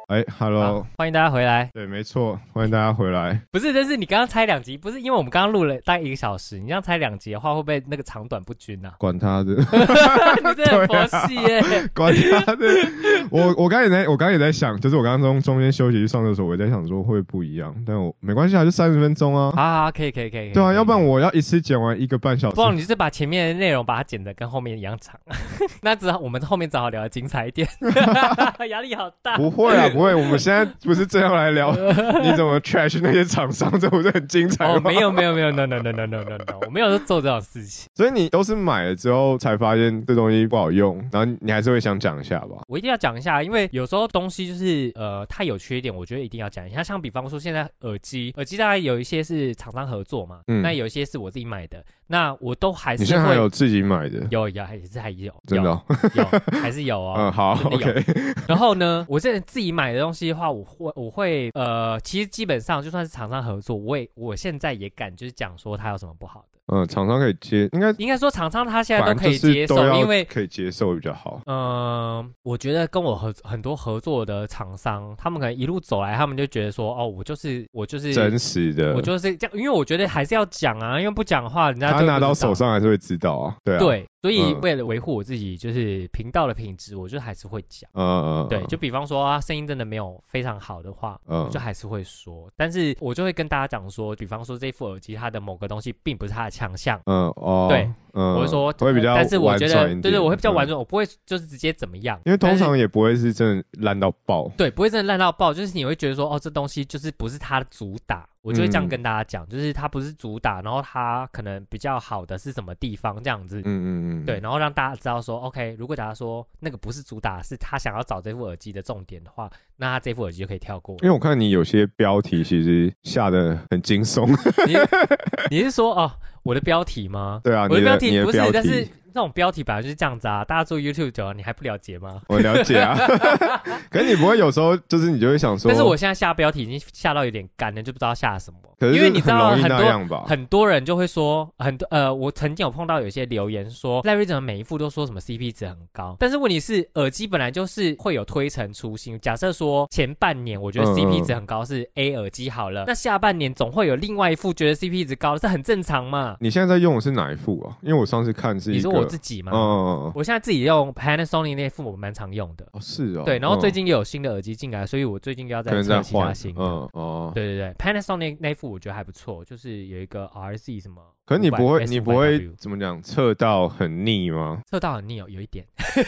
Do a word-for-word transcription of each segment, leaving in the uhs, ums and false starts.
哎 ，Hello， 欢迎大家回来。 对，没错，欢迎大家回来。 不是，但是你刚刚猜两集，不是因为我们刚刚录了大概一个小时，你这样猜两集的话，会不会那个长短不均啊？ 管他的， 你真的很佛系耶、 啊！管他的，我我刚也在，我刚也在想，就是我刚刚中中间休息去上厕所，我也在想说会不会不一样，但我没关系啊，就三十分钟啊。 好好，可以可以可以。 对啊，要不然我要一次剪完一个半小时。 不然你就是把前面的内容把它剪得跟后面一样长，那只好我们后面只好聊得精彩一点。压力好大。 不会啊，不会，我们现在不是这样来聊你怎么 trash 那些厂商，这不是很精彩吗？ 哦，没有没有没有 no no no no no no no， 我没有做这种事情。 所以你都是买了之后才发现这东西不好用，然后你还是会想讲一下吧？ 我一定要讲一下，因为有时候东西就是呃太有缺点，我觉得一定要讲一下。像比方说现在耳机，耳机大概有一些是厂商合作嘛，嗯、那有一些是我自己买的，那我都还是会。 你现在还有自己买的？ 有有还是还有， 真的、哦、 有还是有哦。 嗯，好 ，OK。 然后呢，我这自己买的东西的话，我会我会呃，其实基本上就算是厂商合作，我也我现在也敢就是讲说它有什么不好的。 嗯，厂商可以接，应该应该说厂商他现在都可以接受，因为可以接受比较好。 嗯、呃，我觉得跟我合很多合作的厂商，他们可能一路走来，他们就觉得说，哦，我就是我就是真实的， 我就是这样，因为我觉得还是要讲啊，因为不讲的话，人家就他拿到手上还是会知道啊，对啊， 对。所以为了维护我自己就是频道的品质，我就还是会讲。嗯嗯，对，就比方说啊，声音真的没有非常好的话，嗯、我就还是会说。但是我就会跟大家讲说，比方说这副耳机它的某个东西并不是它的强项。嗯哦，对，嗯、我会说会比较婉转一点， 但是我觉得对对，我会比较婉转，嗯、我不会就是直接怎么样， 因为通常也不会是真的烂到爆。 对，不会真的烂到爆，就是你会觉得说，哦，这东西就是不是它的主打。我就会这样跟大家讲、嗯，就是它不是主打，然后它可能比较好的是什么地方这样子，嗯嗯嗯，对，然后让大家知道说 ，OK， 如果假如说那个不是主打，是他想要找这副耳机的重点的话，那他这副耳机就可以跳过。 因为我看你有些标题其实下得很惊悚， 你你是说哦我的标题吗？ 对啊， 我的标题不是， 你的标题但是那种标题本来就是这样子啊，大家做 YouTube 久了，你还不了解吗？ 我了解啊，可是你不会有时候就是你就会想说， 但是我现在下标题已经下到有点干了，就不知道下什么。 可是因为你知道很多很多人就会说很多呃，我曾经有碰到有一些留言说赖瑞怎么每一副都说什么 C P 值很高，但是问题是耳机本来就是会有推陈出新。假设说前半年我觉得 C P 值很高是 A 耳机好了，嗯、那下半年总会有另外一副觉得 C P 值高的，这很正常嘛。 你现在在用的是哪一副啊？因为我上次看是一个， 你说我自己吗？嗯，我现在自己用 Panasonic 那副我蛮常用的。 哦，是哦。 对，然后最近也有新的耳机进来，所以我最近要再测其他新的。 嗯哦， 对对对 ，Panasonic 那副我觉得还不错。就是有一个 R C 什么， 可是你不会，你不会怎么讲，测到很腻吗？ 测到很腻哦，有一点。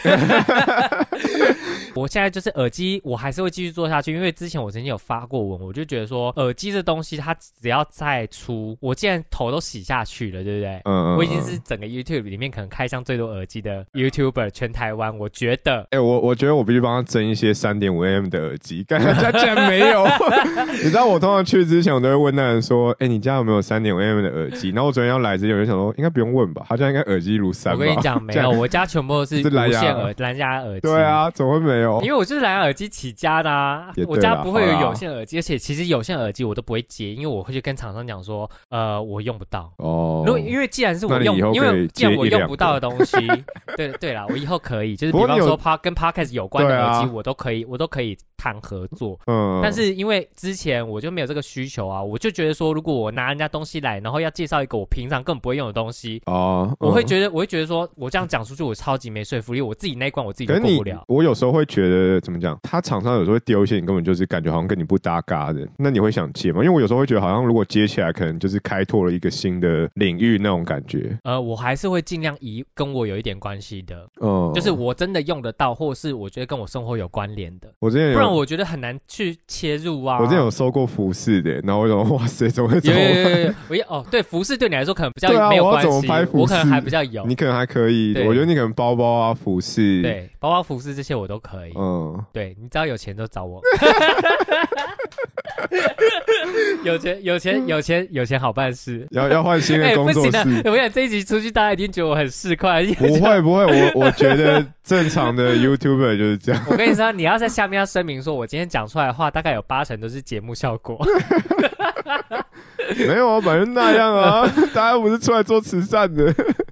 我现在就是耳机，我还是会继续做下去，因为之前我曾经有发过文，我就觉得说耳机这东西，它只要再出，我既然头都洗下去了，对不对？嗯, 嗯我已经是整个 YouTube 里面可能开箱最多耳机的 YouTuber， 全台湾，我觉得， 哎、欸，我我觉得我必须帮他争一些 三点五 A M 的耳机，但他家竟然没有。你知道我通常去之前，我都会问那人说，哎、欸，你家有没有 三点五 A M 的耳机？然后我昨天要来之前，我就想说，应该不用问吧，他家应该耳机如山吧。 我跟你讲，没有，我家全部都是无线耳蓝牙耳机。 对啊，怎么会没有？ 因为我就是蓝牙耳机起家的啊，我家不会有有线耳机，而且其实有线耳机我都不会接，因为我会去跟厂商讲说，呃，我用不到。哦。如果因为既然是我用，因为既然我用不到的东西，对对啦，我以后可以，就是比方说 Pod 跟 Podcast 有关的耳机，我都可以，我都可以谈合作。嗯。但是因为之前我就没有这个需求啊，我就觉得说，如果我拿人家东西来，然后要介绍一个我平常根本不会用的东西，哦，嗯、我会觉得，我会觉得说，我这样讲出去，我超级没说服力，我自己那一关我自己都过不了。 我有时候会觉得怎么讲，他厂商有时候会丢一些你根本就是感觉好像跟你不搭嘎的，那你会想接吗？因为我有时候会觉得好像如果接起来，可能就是开拓了一个新的领域那种感觉。 呃，我还是会尽量以跟我有一点关系的，嗯，就是我真的用得到，或是我觉得跟我生活有关联的。 我之前有， 不然我觉得很难去切入啊。 我之前有收过服饰的，然后我想哇塞，怎么会这么？ 有有有有我也哦，对，服饰对你来说可能比较没有关系， 啊、我, 怎么拍服饰我可能还比较有， 你可能还可以。我觉得你可能包包啊、服饰， 对，包包、服饰这些我都可以。嗯，对，你只要有钱就找我。有钱有钱有钱有钱好办事， 要要换新的工作室。 欸、我想这一集出去，大家一定觉得我很市侩。 不会不会，我我觉得正常的 YouTuber 就是这样。 我跟你说，你要在下面要声明说，我今天讲出来的话，大概有八成都是节目效果。 没有啊，反正那样啊，大家不是出来做慈善的。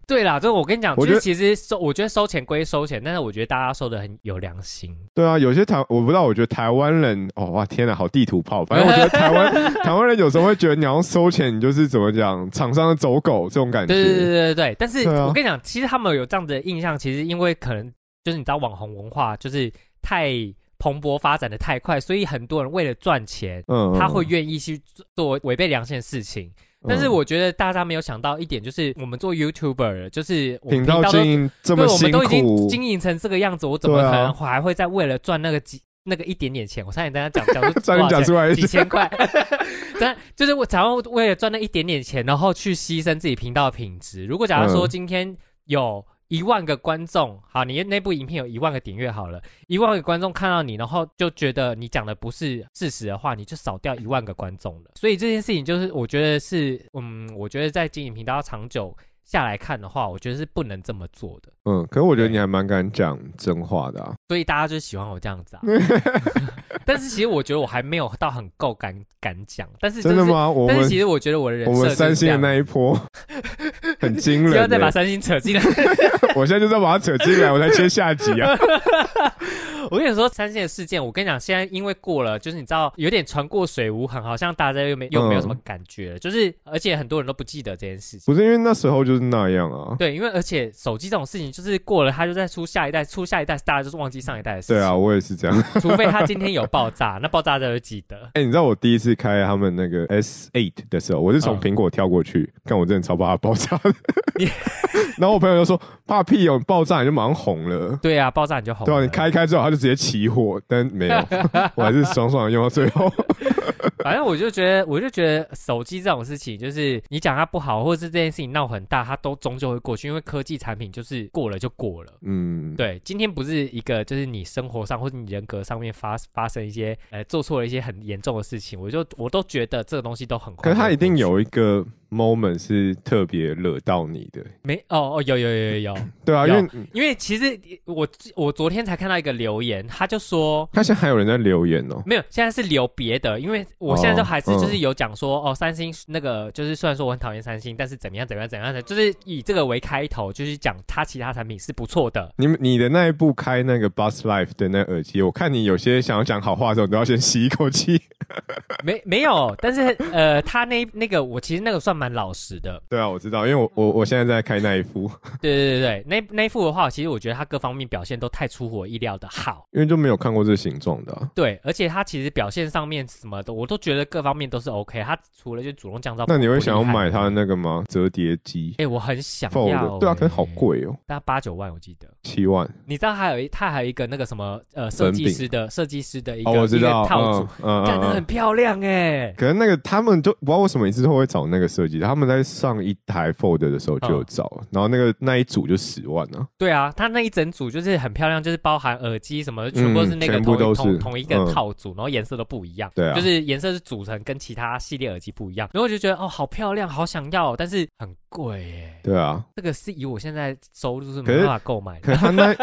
对啦，就我跟你讲，就是其实收，我觉得收钱归收钱，但是我觉得大家收的很有良心。 对啊，有些台我不知道，我觉得台湾人，哦哇，天哪，好地图炮！反正我觉得台湾台湾人有时候会觉得你要收钱，你就是怎么讲，厂商的走狗这种感觉。 对对对对对。但是我跟你讲，其实他们有这样的印象，其实因为可能就是你知道网红文化就是太蓬勃发展的太快，所以很多人为了赚钱，嗯，他会愿意去做违背良心的事情。但是我觉得大家没有想到一点，就是我们做 YouTuber， 就是我们频道经营这么辛苦， 对，我们都已经经营成这个样子，我怎么可能还会再为了赚那个几那个一点点钱？我差点跟他讲讲出多少钱，几千块，但就是我想要为了赚那一点点钱，然后去牺牲自己频道的品质。如果假如说今天有一万个观众，好，你那部影片有一万个点阅好了，一万个观众看到你，然后就觉得你讲的不是事实的话，你就少掉一万个观众了。所以这件事情就是，我觉得是，嗯，我觉得在经营频道长久下来看的话，我觉得是不能这么做的。 嗯，可是我觉得你还蛮敢讲真话的啊， 所以大家就喜欢我这样子啊。但是其实我觉得我还没有到很够敢敢讲，但是、就是、 真的吗？我们但是其实我觉得我的人设我们三星的那一波很惊人、欸， 不要再把三星扯进来。 我现在就是要把它扯进来，我才切下集啊。 我跟你说，三星的事件，我跟你讲，现在因为过了，就是你知道有点船过水无痕，好像大家又没又没有什么感觉了，嗯、就是而且很多人都不记得这件事情。 不是因为那时候就是那样啊。 对，因为而且手机这种事情，就是过了，它就在出下一代，出下一代，大家就是忘记上一代的事情。 对啊，我也是这样。 除非他今天有爆炸，那爆炸的就记得。 哎、欸，你知道我第一次开他们那个 S 八 的时候，我是从苹果跳过去，看、嗯、我真的超怕它爆炸的。然后我朋友就说：“怕屁哦，爆炸你就马上红了。” 对啊，爆炸你就红了。 对啊，你开开之后它就直接起火，但没有，我还是爽爽的用到最后。 反正我就觉得，我就觉得手机这种事情，就是你讲它不好，或者是这件事情闹很大，它都终究会过去，因为科技产品就是过了就过了。嗯，对，今天不是一个就是你生活上或者你人格上面发发生一些呃做错了一些很严重的事情，我就我都觉得这个东西都很快。 可是它一定有一个 moment 是特别惹到你的。 没哦哦有有有有有。 对啊，因为因为其实我我昨天才看到一个留言，他就说， 他现在还有人在留言哦。 没有，现在是留别的，因为我现在就还是就是有讲说、哦嗯、哦，三星那个就是虽然说我很讨厌三星，但是怎么样怎么样怎么样的，就是以这个为开头，就是讲他其他产品是不错的。 你你的那一部开那个 Buds Life 的那耳机，我看你有些想要讲好话的时候，你都要先吸一口气。 没没有，但是呃，他那那个我其实那个算蛮老实的。 对啊，我知道，因为我我我现在在开那一副。 对对对对，那那一副的话，其实我觉得他各方面表现都太出乎我意料的好， 因为就没有看过这形状的、啊。 对，而且他其实表现上面什么的，我都觉得各方面都是 OK。他除了就主动降噪， 那你会想要买他的那个吗？折叠机？ 哎、欸，我很想要、欸。 对啊，可是好贵哦， 大概八九万，我记得。 七万。 你知道还有一他还有一个那个什么呃设计师的设计师的一个、 哦、我知道一个套组， 嗯嗯， 感觉很漂亮哎、欸。 可是那个他们就不知道为什么一直都会找那个设计，他们在上一台 Fold 的时候就有找，嗯、然后那个那一组就十万啊。 对啊，他那一整组就是很漂亮，就是包含耳机什么的，全部都是那个同、嗯、同同一个套组，嗯、然后颜色都不一样。 对啊， 就是颜色是组成跟其他系列耳机不一样，然后我就觉得哦，好漂亮，好想要，但是很贵耶。 对啊， 这个是以我现在收入是没办法购买的。 可是他那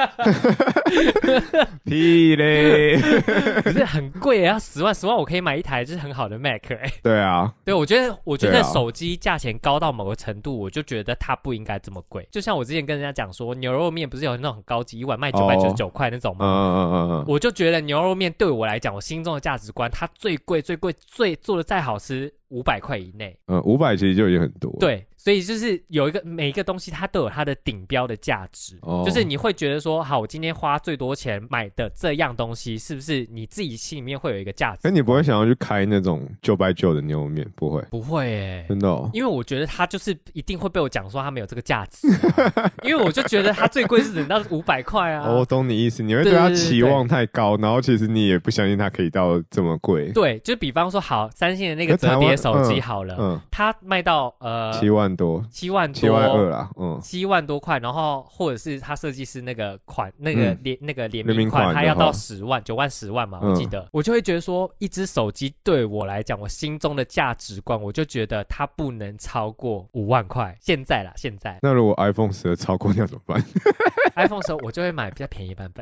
屁嘞， 可是很贵耶，要十万，十万我可以买一台就是很好的 Mac 哎。 对啊， 对，我觉得我觉得手机价钱高到某个程度，我就觉得它不应该这么贵。就像我之前跟人家讲说，牛肉面不是有那种很高级，一碗卖九百九十九块那种吗？嗯嗯嗯嗯，我就觉得牛肉面对我来讲，我心中的价值观，它最贵最贵最做的再好吃，五百块以内。 嗯，五百其实就已经很多。 对，所以就是有一个每一个东西它都有它的顶标的价值，哦、就是你会觉得说，好，我今天花最多钱买的这样东西，是不是你自己心里面会有一个价值？ 可你不会想要去开那种九百九的牛肉面，不会？ 不会耶、欸， 真的、哦， 因为我觉得它就是一定会被我讲说它没有这个价值、啊，因为我就觉得它最贵是等到五百块啊。 哦，我懂你意思，你会对它期望太高，然后其实你也不相信它可以到这么贵。 对，就比方说，好，三星的那个折叠手机好了，嗯，它卖到呃七万多， 七万多， 七万二啦，嗯， 七万多块，然后或者是它设计师那个款那个联、嗯、那个联名款，它要到十万，九万十万嘛，我记得，嗯、我就会觉得说，一只手机对我来讲，我心中的价值观，我就觉得它不能超过五万块。现在啦，现在。 那如果 iPhone 十二超过那怎么办 ？iPhone 十二我就会买比较便宜版本。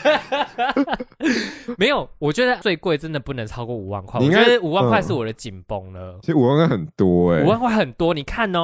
没有，我觉得最贵真的不能超过五万块。我觉得五万块是我的紧绷了。 其实五万块很多哎、欸， 五万块很多。你看哦，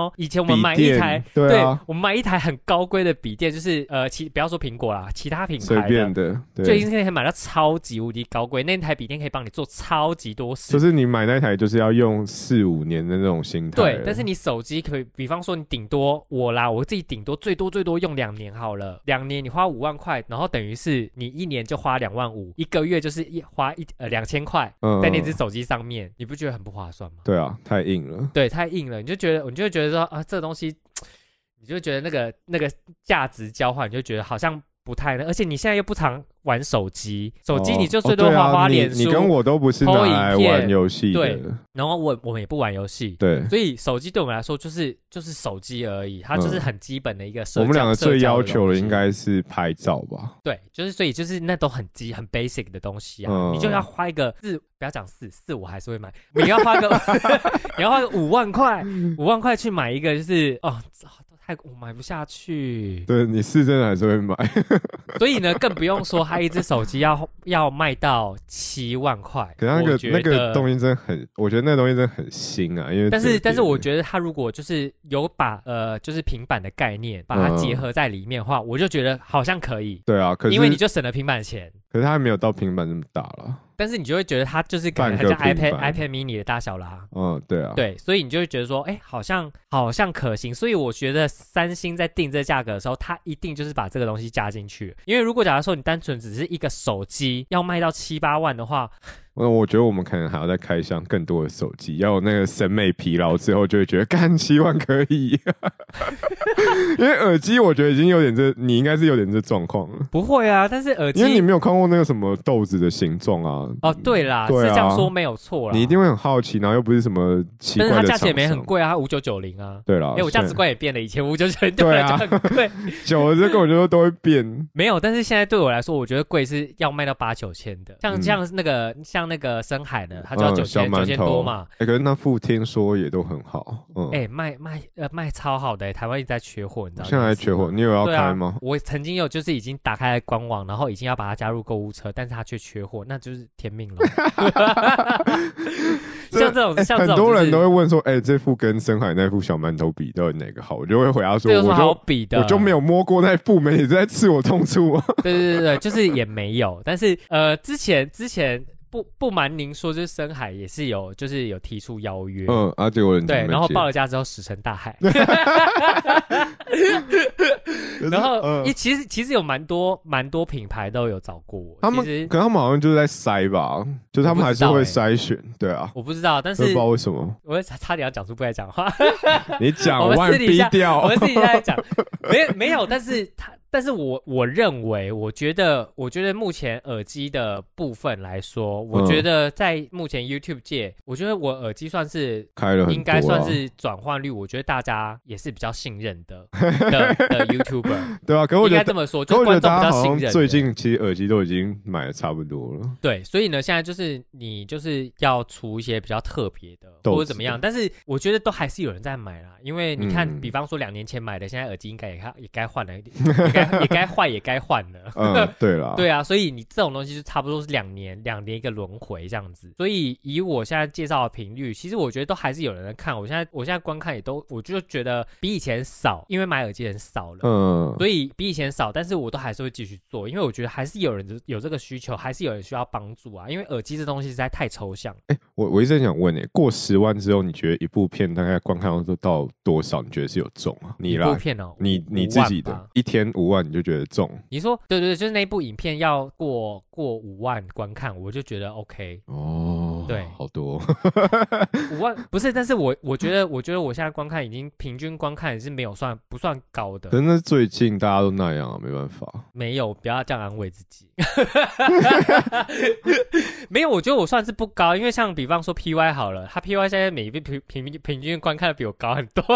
哦，以前我们买一台， 对啊， 对，我们买一台很高规的笔电，就是呃，其不要说苹果啦，其他品牌的随便的，对， 就已经可以买到超级无敌高规，那台笔电可以帮你做超级多事。 就是你买那台就是要用四五年的那种心态。 对，但是你手机可以，比方说你顶多我啦，我自己顶多最多最多用两年好了，两年你花五万块，然后等于是你一年就花两万五，一个月就是一花一呃两千块在那只手机上面，你不觉得很不划算吗？ 对啊，太硬了。 对，太硬了，你就觉得，你就会觉得说啊，这个东西，你就觉得那个那个价值交换，你就觉得好像不太，而且你现在又不常玩手机，手机你就最多滑滑脸书、 哦哦啊、你, 你跟我都不是拿来玩游戏的， 对，然后我我们也不玩游戏， 对， 所以手机对我们来说就是就是手机而已，它就是很基本的一个社交、嗯、 我们两个最要求的应该是拍照吧？ 对，就是所以就是那都很基很 basic 的东西啊，嗯、你就要花一个四，不要讲四四，我还是会买，你要花个你要花个五万块，五万块去买一个就是哦。太我买不下去， 对，你是真的还是会买， 所以呢，更不用说他一只手机要要卖到七万块。 可是那个那个东西真的很，我觉得那个东西真的很新啊，因为但是但是我觉得他如果就是有把呃就是平板的概念把它结合在里面的话，嗯、我就觉得好像可以。 对啊，可是因为你就省了平板钱。 可是它还没有到平板这么大了。 但是你就会觉得它就是可能很像 iPad iPad mini 的大小啦。 嗯，对啊， 对，所以你就会觉得说，哎、欸，好像好像可行。所以我觉得三星在定这价格的时候，它一定就是把这个东西加进去。因为如果假如说你单纯只是一个手机要卖到七八万的话， 那我觉得我们可能还要再开箱更多的手机，要有那个审美疲劳之后，就会觉得干七万可以。因为耳机我觉得已经有点这，你应该是有点这状况了。 不会啊，但是耳机， 因为你没有看过那个什么豆子的形状啊。 哦，对啦，对啊，是这样说没有错啦。 你一定会很好奇，然后又不是什么奇怪的厂商， 但是它价钱也没很贵啊，它五九九零啊。 对啦， 哎、欸，我价值观也变了，以前五九九零对我来讲很贵， 久了这个我觉得都会变。 没有，但是现在对我来说，我觉得贵是要卖到八九千的，像、嗯、像那个像那个深海的，它就要九千九千多嘛。 哎、欸，可是那副听说也都很好，嗯， 哎、欸，卖卖呃卖超好的、欸，台湾一直在缺货，你知道吗？ 现在还缺货，你有要开吗？ 啊、我曾经有就是已经打开了官网，然后已经要把它加入购物车，但是它却缺货，那就是天命了。像这种，像这种、就是欸、 很多人都会问说，哎、欸，这副跟深海那副小馒头比，到底哪个好？我就会回答说， 这有什么好比的？ 我就没有摸过那副，没你在刺我痛处啊。 对对对对，就是也没有，但是呃，之前之前。不不瞒您说，就是深海也是有，就是有提出邀约， 嗯，啊，结果人对，然后报了价之后石沉大海。然后，嗯、其实其实有蛮多蛮多品牌都有找过我， 他们其实可能他们好像就是在筛吧，就是他们还是会筛选，欸、对啊， 我不知道，但是不知道为什么， 我差点要讲出不该讲话， 你讲，我把你逼掉， 我们私底下在讲，没没有，但是他。但是我我认为，我觉得，我觉得目前耳机的部分来说，我觉得在目前 YouTube 界，我觉得我耳机算是开了很多、啊， 应该算是转换率，我觉得大家也是比较信任的的, 的 YouTuber， 对啊，可我觉得应该这么说，就是观众比较信任。 最近其实耳机都已经买的差不多了， 对，所以呢，现在就是你就是要出一些比较特别的，或者怎么样，但是我觉得都还是有人在买啦，因为你看，嗯、比方说两年前买的，现在耳机应该也该也该换了一点，也该也该坏也该换了， 嗯，对啦， 对啊，所以你这种东西就差不多是两年两年一个轮回这样子。所以以我现在介绍的频率，其实我觉得都还是有人在看。我现在我现在观看也都，我就觉得比以前少，因为买耳机人少了，嗯，所以比以前少，但是我都还是会继续做，因为我觉得还是有人有这个需求，还是有人需要帮助啊。因为耳机这东西实在太抽象。 哎、欸，我我一直想问、欸，哎，过十万之后，你觉得一部片大概观看都到多少？你觉得是有中啊？你啦， 一部片哦， 你你自己的一天五万，你就觉得中？ 你说对对对，就是那一部影片要过过五万观看，我就觉得 OK 哦， 对， 好多五万不是，但是我我觉得我觉得我现在观看已经平均观看也是没有算不算高的， 可是那最近大家都那样啊，没办法， 没有，不要这样安慰自己，没有，我觉得我算是不高，因为像比方说 P Y 好了，他 P Y 现在每一部平平平均观看的比我高很多。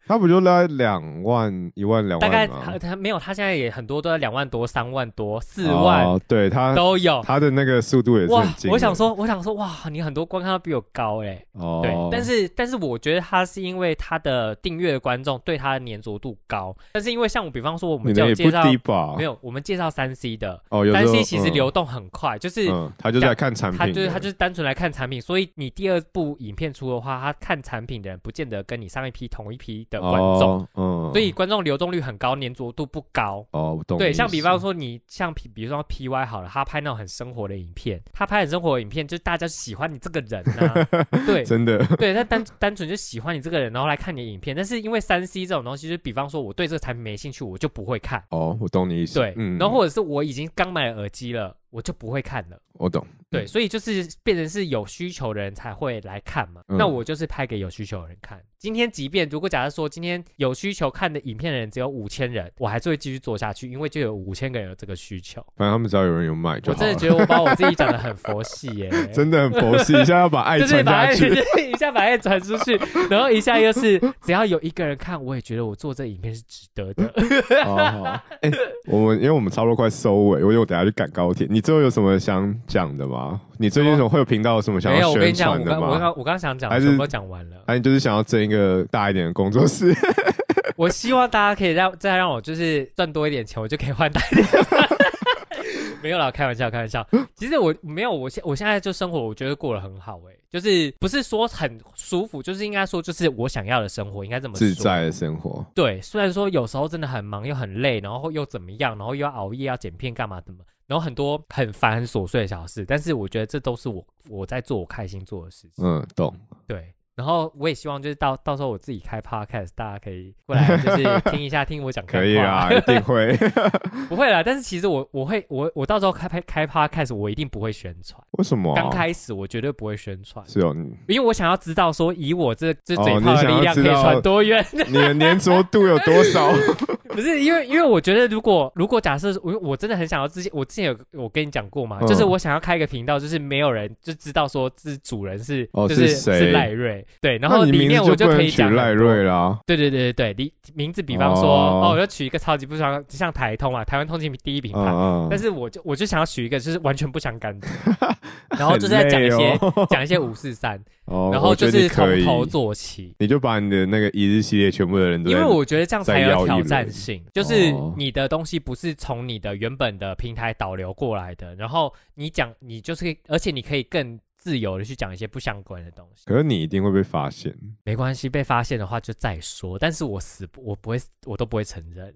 他不就在两万、一万、两万吗？ 大概他没有，他现在也很多都在两万多、三万多、四万，哦、 对他都有。 他的那个速度也是很惊人。 我想说，我想说，哇，你很多观看都比我高哎、欸。哦，对，但是但是我觉得他是因为他的订阅的观众对他的粘着度高，但是因为像我，比方说我们就有介绍，没有，我们介绍三 C 的，哦，三 C 其实流动很快，嗯、就是、 嗯、他就在看产品， 他就是他就是单纯来看产品，所以你第二部影片出的话，他看产品的人不见得跟你上一批同一批的观众，哦嗯、所以观众流动率很高，粘着度不高。哦，我懂。对，像比方说你像比比如说 P Y 好了，他拍那种很生活的影片，他拍很生活的影片，就是大家喜欢你这个人啊，对， 真的， 对，他单单纯就喜欢你这个人，然后来看你的影片。但是因为三 C 这种东西，就是比方说我对这个产品没兴趣，我就不会看。 哦，我懂你意思。 对，嗯、然后或者是我已经刚买了耳机了，我就不会看了。 我懂。 对，所以就是变成是有需求的人才会来看嘛。嗯、那我就是拍给有需求的人看。今天即便如果假设说今天有需求看的影片的人只有五千人，我还是会继续做下去，因为就有五千个人有这个需求。 反正他们只要有人有买就好了。 我真的觉得我把我自己讲得很佛系耶、欸， 真的很佛系。一下要把爱传下去， 就是一下把爱传出去，然后一下又是只要有一个人看，我也觉得我做这影片是值得的。 好好，哎、欸，我们因为我们差不多快收尾，因为我等下去赶高铁。你最后有什么想讲的吗？你最近会有频道有什么想要宣传的吗？ 我刚我刚想讲，还是全部讲完了？ 还是就是想要争一个大一点的工作室？ 我希望大家可以让再让我就是赚多一点钱，我就可以换大一点的。没有啦，开玩笑，开玩笑。其实我没有，我现我现在就生活，我觉得过得很好哎、欸，就是不是说很舒服，就是应该说就是我想要的生活，应该这么说。 自在的生活。 对，虽然说有时候真的很忙又很累，然后又怎么样，然后又要熬夜要剪片干嘛的嘛，然后很多很烦很琐碎的小事，但是我觉得这都是我我在做我开心做的事情。 嗯，懂。 对。然后我也希望就是到到时候我自己开 podcast， 大家可以过来就是听一下，听我讲。 可以啊，一定会。 不会啦，但是其实我我会我我到时候开开 podcast， 我一定不会宣传。 为什么、啊？ 刚开始我绝对不会宣传。 是哦， 因为我想要知道说，以我这这嘴炮的力量可以传多远， 哦、你, 你的粘着度有多少？ 不是因为因为我觉得如果如果假设我我真的很想要之前我之前有我跟你讲过嘛、嗯，就是我想要开一个频道，就是没有人就知道说这主人是、 哦、 就是是赖瑞。对，然后里面我就可以讲赖瑞啦。 对对对对对，名字比方说 哦, 哦，我就取一个超级不想像台通啊，台湾通勤第一品牌，哦、但是我就我就想要取一个就是完全不想干的，然后就是在讲一些讲、哦、一些五四三，哦、然后就是从头做起， 你就把你的那个一日系列全部的人都， 因为我觉得这样才有挑战性，就是你的东西不是从你的原本的平台导流过来的，然后你讲你就是而且你可以更自由的去讲一些不相关的东西。 可是你一定会被发现。 没关系，被发现的话就再说，但是我死我不会我都不会承认。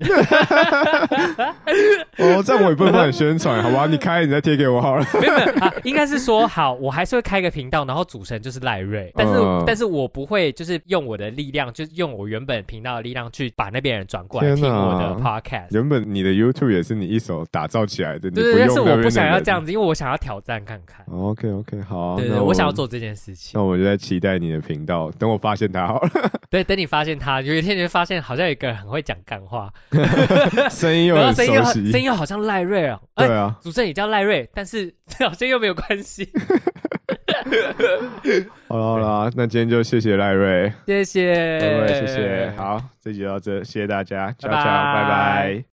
哦，这样我也不能帮你宣传，好吧？你开你再贴给我好了。 没有没有、啊，应该是说好，我还是会开个频道，然后主持人就是赖瑞，但是、嗯、但是我不会就是用我的力量，就是用我原本频道的力量去把那边人转过来听我的 podcast。 原本你的 YouTube 也是你一手打造起来的， 对对对，但是我不想要这样子，因为我想要挑战看看。 OK OK， 好、啊。 对对，我想要做这件事情。 那我就在期待你的频道，等我发现它好了。 对，等你发现它，有一天你会发现好像有一个人很会讲干话， 声音又很熟悉， 声音又好像赖瑞哦。 对啊， 主持人也叫赖瑞，但是好像又没有关系。 好了好了，那今天就谢谢赖瑞， 谢谢， 对，谢谢。好，这集就到这，谢谢大家，拜拜，拜拜。